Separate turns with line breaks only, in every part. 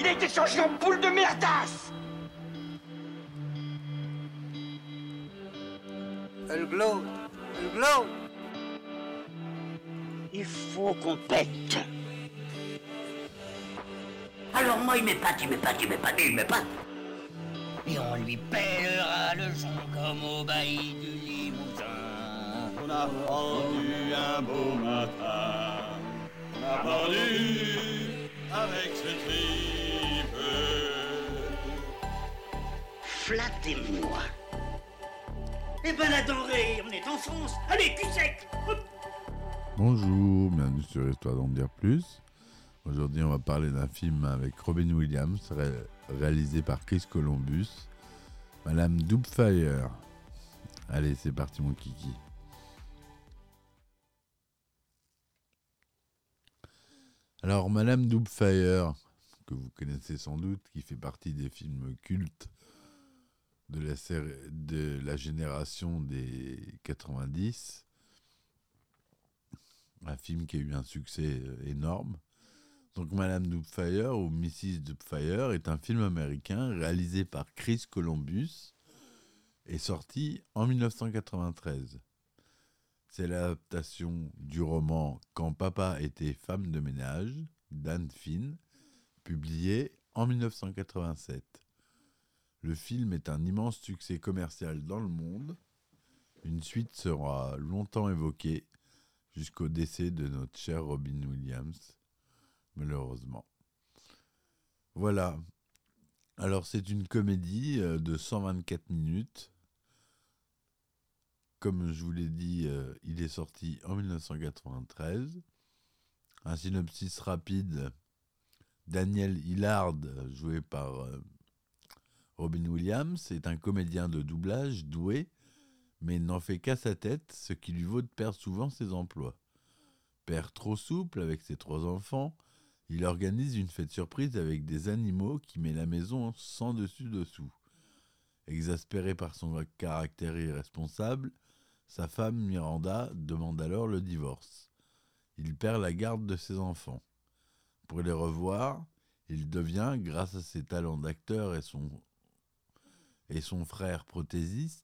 a été changé en boule de merdasse.
Elle glow. Elle glow.
Il faut qu'on pète.
Alors moi il m'épate. Et on lui pèlera le son comme au bailli du Limousin.
On a pendu un beau matin. On a pendu avec ce tripe.
Flattez-moi.
Eh ben la denrée, on est en France. Allez, cul sec.
Bonjour, bienvenue sur Histoire d'en dire plus. Aujourd'hui, on va parler d'un film avec Robin Williams, réalisé par Chris Columbus, Madame Doubtfire. Allez, c'est parti mon kiki. Alors, Madame Doubtfire, que vous connaissez sans doute, qui fait partie des films cultes de la génération des 90, un film qui a eu un succès énorme. Donc Madame Doubtfire ou Mrs. Doubtfire est un film américain réalisé par Chris Columbus et sorti en 1993. C'est l'adaptation du roman Quand papa était femme de ménage d'Anne Finn, publié en 1987. Le film est un immense succès commercial dans le monde. Une suite sera longtemps évoquée jusqu'au décès de notre cher Robin Williams, malheureusement. Voilà. Alors, c'est une comédie de 124 minutes. Comme je vous l'ai dit, il est sorti en 1993. Un synopsis rapide. Daniel Hillard, joué par Robin Williams, est un comédien de doublage doué, mais n'en fait qu'à sa tête, ce qui lui vaut de perdre souvent ses emplois. Père trop souple avec ses 3 enfants, il organise une fête surprise avec des animaux qui met la maison sans dessus-dessous. Exaspéré par son caractère irresponsable, sa femme Miranda demande alors le divorce. Il perd la garde de ses enfants. Pour les revoir, il devient, grâce à ses talents d'acteur et son frère prothésiste,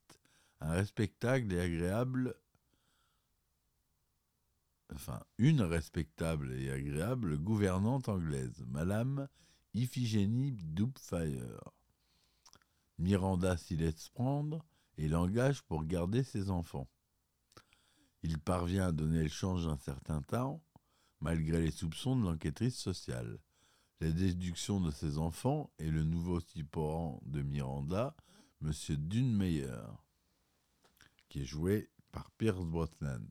une respectable et agréable gouvernante anglaise, Madame Iphigénie Doubtfire. Miranda s'y laisse prendre et l'engage pour garder ses enfants. Il parvient à donner le change un certain temps, malgré les soupçons de l'enquêtrice sociale. La déduction de ses enfants et le nouveau typorant de Miranda, Monsieur Dunmeyer, qui est joué par Pierce Brosnan.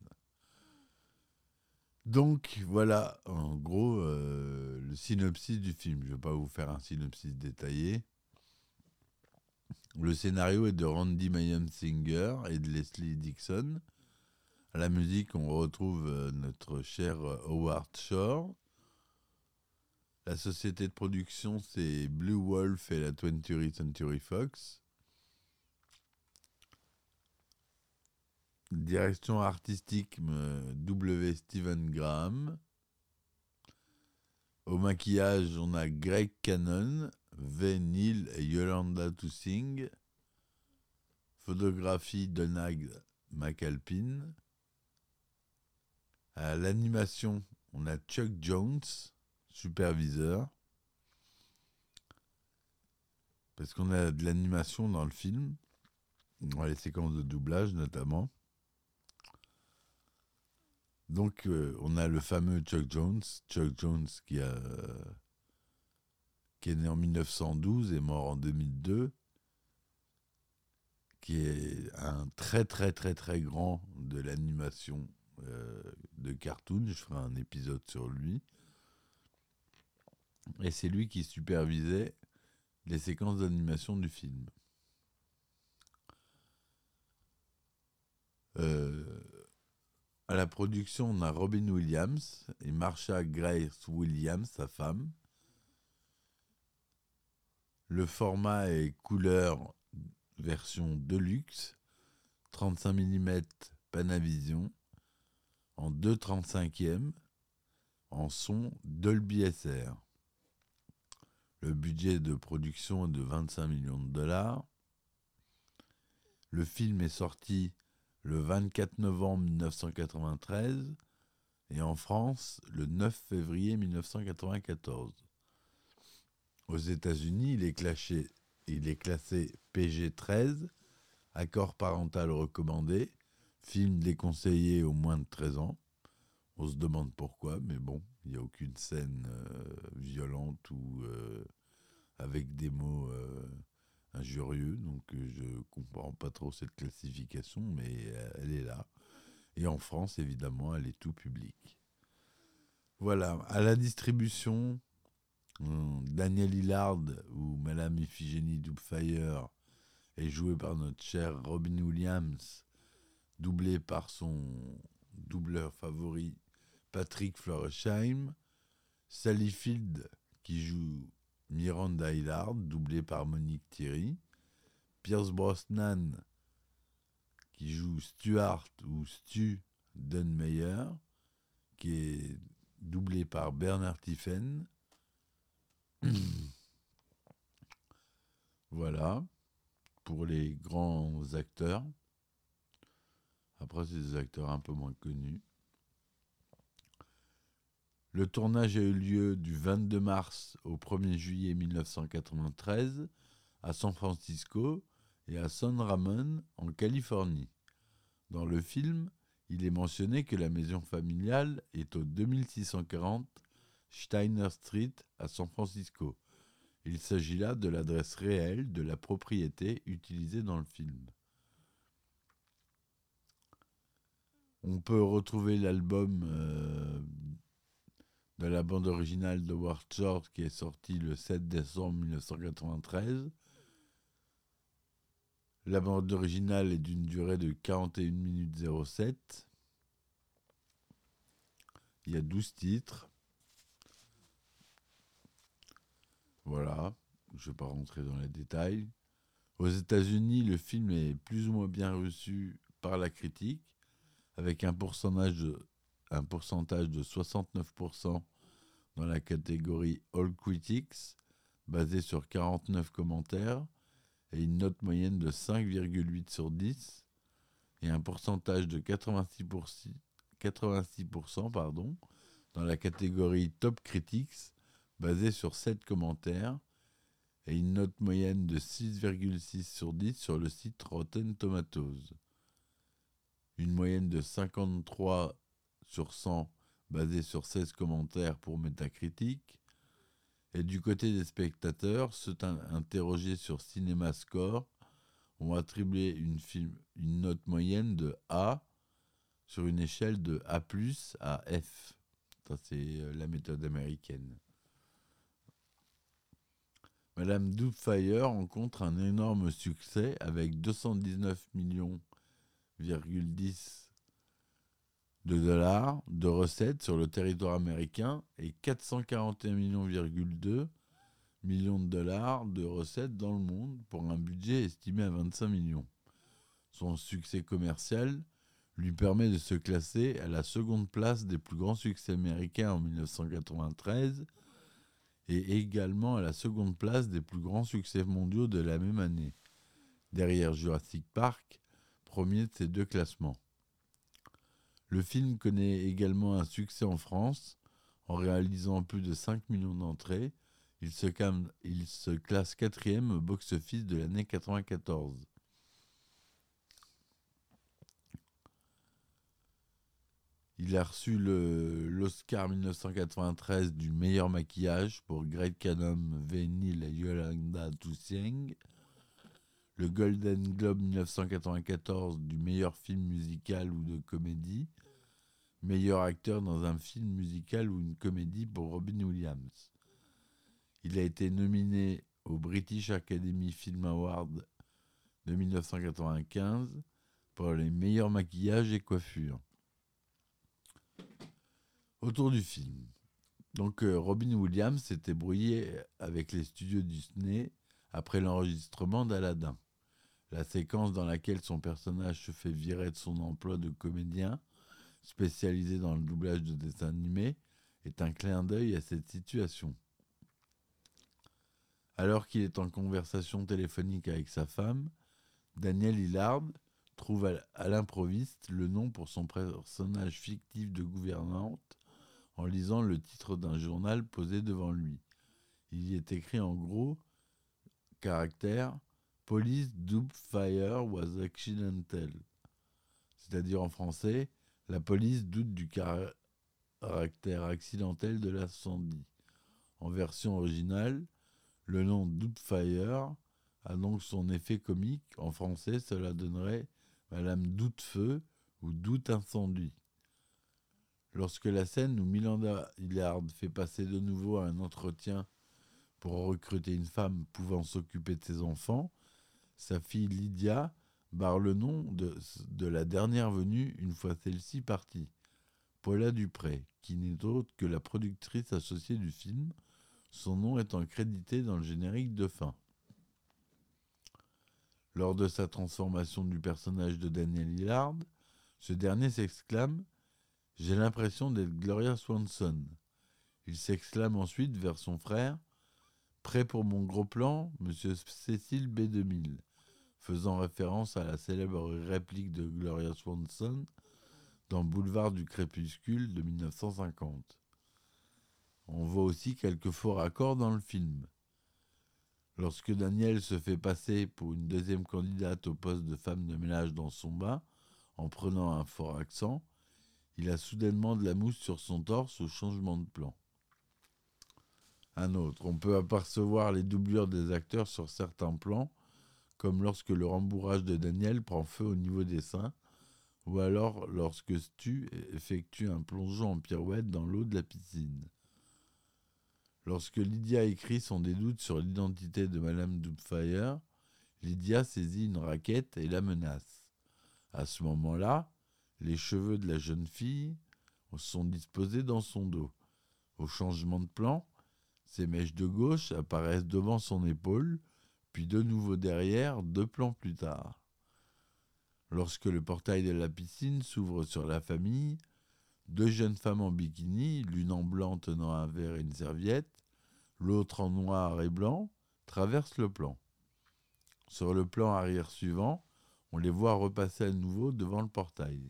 Donc voilà, en gros, le synopsis du film. Je ne vais pas vous faire un synopsis détaillé. Le scénario est de Randy Meyensinger et de Leslie Dixon. À la musique, on retrouve notre cher Howard Shore. La société de production, c'est Blue Wolf et la 20th Century Fox. Direction artistique, W. Stephen Graham. Au maquillage, on a Greg Cannon, V. Neil et Yolanda Toussing. Photographie, Donald McAlpin. À l'animation, on a Chuck Jones, superviseur. Parce qu'on a de l'animation dans le film. Dans les séquences de doublage, notamment. Donc, on a le fameux Chuck Jones qui est né en 1912 et mort en 2002, qui est un très très très très grand de l'animation de cartoon. Je ferai un épisode sur lui. Et c'est lui qui supervisait les séquences d'animation du film. À la production, on a Robin Williams et Marsha Grace Williams, sa femme. Le format est couleur version Deluxe, 35 mm Panavision, en 2/35e, en son Dolby SR. Le budget de production est de 25 millions de dollars. Le film est sorti le 24 novembre 1993 et en France le 9 février 1994. Aux États-Unis, il est classé PG-13, accord parental recommandé, film déconseillé aux moins de 13 ans. On se demande pourquoi, mais bon, il n'y a aucune scène violente ou avec des mots injurieux, donc je ne comprends pas trop cette classification, mais elle est là. Et en France, évidemment, elle est tout publique. Voilà, à la distribution, Daniel Hillard ou Madame Iphigénie Doubtfire est jouée par notre cher Robin Williams, doublé par son doubleur favori Patrick Floresheim. Sally Field qui joue Miranda Hillard, doublée par Monique Thierry. Pierce Brosnan qui joue Stuart ou Stu Dunmeyer, qui est doublé par Bernard Tiffen. Voilà, pour les grands acteurs. Après, c'est des acteurs un peu moins connus. Le tournage a eu lieu du 22 mars au 1er juillet 1993 à San Francisco et à San Ramon en Californie. Dans le film, il est mentionné que la maison familiale est au 2640 Steiner Street à San Francisco. Il s'agit là de l'adresse réelle de la propriété utilisée dans le film. On peut retrouver l'album de la bande originale de Howard Shore qui est sorti le 7 décembre 1993. La bande originale est d'une durée de 41 minutes 07. Il y a 12 titres. Voilà, je ne vais pas rentrer dans les détails. Aux États-Unis, le film est plus ou moins bien reçu par la critique, avec un pourcentage de 69% dans la catégorie All Critics, basée sur 49 commentaires, et une note moyenne de 5,8 sur 10, et un pourcentage de 86% dans la catégorie Top Critics, basée sur 7 commentaires, et une note moyenne de 6,6 sur 10 sur le site Rotten Tomatoes. Une moyenne de 53 sur 100 basée sur 16 commentaires pour Metacritic. Et du côté des spectateurs, ceux interrogés sur CinemaScore ont attribué une note moyenne de A sur une échelle de A+ à F. Ça, c'est la méthode américaine. Madame Doubtfire rencontre un énorme succès avec 219 millions de dollars de recettes sur le territoire américain et 441,2 millions de dollars de recettes dans le monde pour un budget estimé à 25 millions. Son succès commercial lui permet de se classer à la seconde place des plus grands succès américains en 1993 et également à la seconde place des plus grands succès mondiaux de la même année, derrière Jurassic Park, premier de ces deux classements. Le film connaît également un succès en France, en réalisant plus de 5 millions d'entrées. Il se classe 4e au box-office de l'année 1994. Il a reçu l'Oscar 1993 du meilleur maquillage pour Greg Cannom, Neil et Yolanda Tusieng. Le Golden Globe 1994 du meilleur film musical ou de comédie. Meilleur acteur dans un film musical ou une comédie pour Robin Williams. Il a été nominé au British Academy Film Award de 1995 pour les meilleurs maquillages et coiffures. Autour du film. Donc Robin Williams s'était brouillé avec les studios Disney après l'enregistrement d'Aladin. La séquence dans laquelle son personnage se fait virer de son emploi de comédien, spécialisé dans le doublage de dessins animés, est un clin d'œil à cette situation. Alors qu'il est en conversation téléphonique avec sa femme, Daniel Hillard trouve à l'improviste le nom pour son personnage fictif de gouvernante en lisant le titre d'un journal posé devant lui. Il y est écrit en gros caractères « Police Double Fire was accidental », c'est-à-dire en français « La police doute du caractère accidentel de l'incendie ». En version originale, le nom Doubtfire a donc son effet comique. En français, cela donnerait Madame Doutefeu ou Doute Incendie. Lorsque la scène où Miranda Hillard fait passer de nouveau un entretien pour recruter une femme pouvant s'occuper de ses enfants, sa fille Lydia barre le nom de la dernière venue une fois celle-ci partie, Paula Dupré, qui n'est autre que la productrice associée du film, son nom étant crédité dans le générique de fin. Lors de sa transformation du personnage de Daniel Hillard, ce dernier s'exclame « J'ai l'impression d'être Gloria Swanson ». Il s'exclame ensuite vers son frère « Prêt pour mon gros plan, monsieur Cecil B2000 », faisant référence à la célèbre réplique de Gloria Swanson dans Boulevard du Crépuscule de 1950. On voit aussi quelques faux raccords dans le film. Lorsque Daniel se fait passer pour une deuxième candidate au poste de femme de ménage dans son bain, en prenant un fort accent, il a soudainement de la mousse sur son torse au changement de plan. Un autre, on peut apercevoir les doublures des acteurs sur certains plans, comme lorsque le rembourrage de Daniel prend feu au niveau des seins, ou alors lorsque Stu effectue un plongeon en pirouette dans l'eau de la piscine. Lorsque Lydia écrit son doutes sur l'identité de Madame Doubtfire, Lydia saisit une raquette et la menace. À ce moment-là, les cheveux de la jeune fille sont disposés dans son dos. Au changement de plan, ses mèches de gauche apparaissent devant son épaule, puis de nouveau derrière 2 plans plus tard. Lorsque le portail de la piscine s'ouvre sur la famille, 2 jeunes femmes en bikini, l'une en blanc tenant un verre et une serviette, l'autre en noir et blanc, traversent le plan. Sur le plan arrière suivant, on les voit repasser à nouveau devant le portail.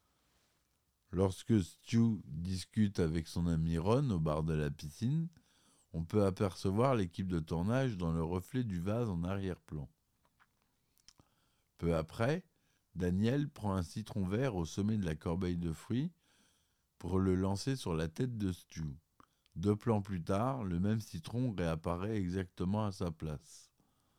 Lorsque Stu discute avec son ami Ron au bar de la piscine, on peut apercevoir l'équipe de tournage dans le reflet du vase en arrière-plan. Peu après, Daniel prend un citron vert au sommet de la corbeille de fruits pour le lancer sur la tête de Stu. 2 plans plus tard, le même citron réapparaît exactement à sa place.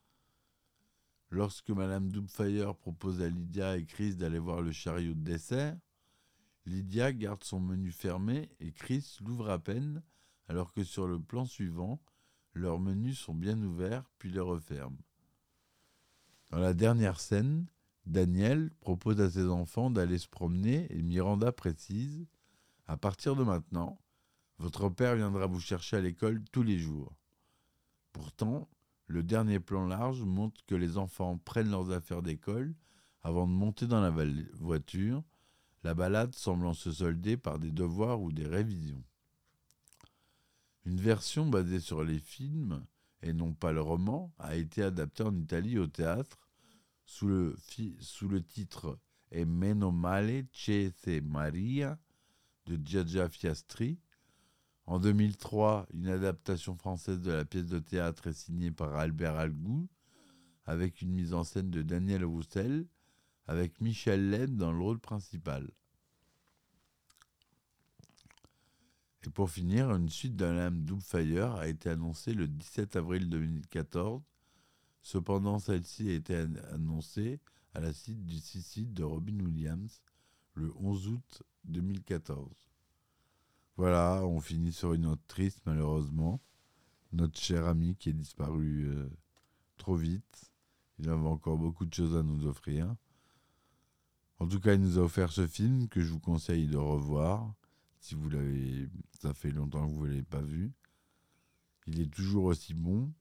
Lorsque Madame Doubtfire propose à Lydia et Chris d'aller voir le chariot de dessert, Lydia garde son menu fermé et Chris l'ouvre à peine, alors que sur le plan suivant, leurs menus sont bien ouverts puis les referment. Dans la dernière scène, Daniel propose à ses enfants d'aller se promener et Miranda précise « À partir de maintenant, votre père viendra vous chercher à l'école tous les jours. » Pourtant, le dernier plan large montre que les enfants prennent leurs affaires d'école avant de monter dans la voiture, la balade semblant se solder par des devoirs ou des révisions. Une version basée sur les films, et non pas le roman, a été adaptée en Italie au théâtre sous le titre E meno male che se Maria de Giorgia Fiastri. En 2003, une adaptation française de la pièce de théâtre est signée par Albert Algou, avec une mise en scène de Daniel Roussel, avec Michel Led dans le rôle principal. Et pour finir, une suite de Madame Doubtfire a été annoncée le 17 avril 2014. Cependant, celle-ci a été annoncée à la suite du suicide de Robin Williams le 11 août 2014. Voilà, on finit sur une note triste malheureusement. Notre cher ami qui est disparu trop vite. Il avait encore beaucoup de choses à nous offrir. En tout cas, il nous a offert ce film que je vous conseille de revoir. Si vous l'avez, ça fait longtemps que vous ne l'avez pas vu. Il est toujours aussi bon.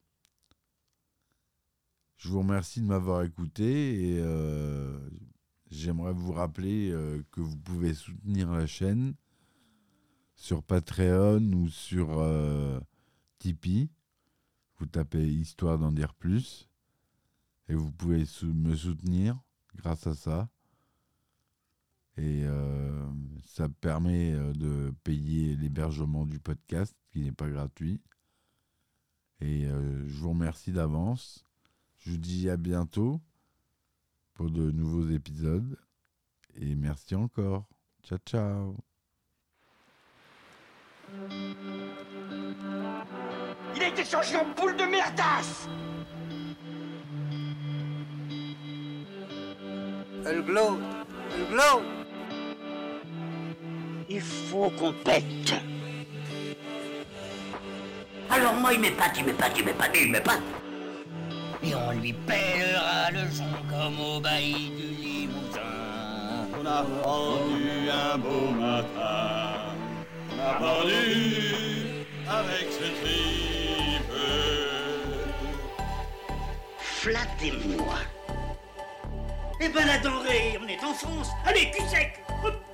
Je vous remercie de m'avoir écouté et j'aimerais vous rappeler que vous pouvez soutenir la chaîne sur Patreon ou sur Tipeee. Vous tapez Histoire d'en dire plus et vous pouvez me soutenir grâce à ça. Et ça permet de payer l'hébergement du podcast qui n'est pas gratuit. Et je vous remercie d'avance. Je vous dis à bientôt pour de nouveaux épisodes. Et merci encore. Ciao, ciao.
Il a été changé en boule de merdasse.
Elle glow. Elle glow.
Il faut qu'on pète.
Alors moi il m'épate. Et on lui pèlera le son comme au bailli du Limousin.
On a pendu un beau matin. On a pendu avec ce tripe.
Flattez-moi.
Eh ben la denrée, on est en France. Allez, cul sec. Hop.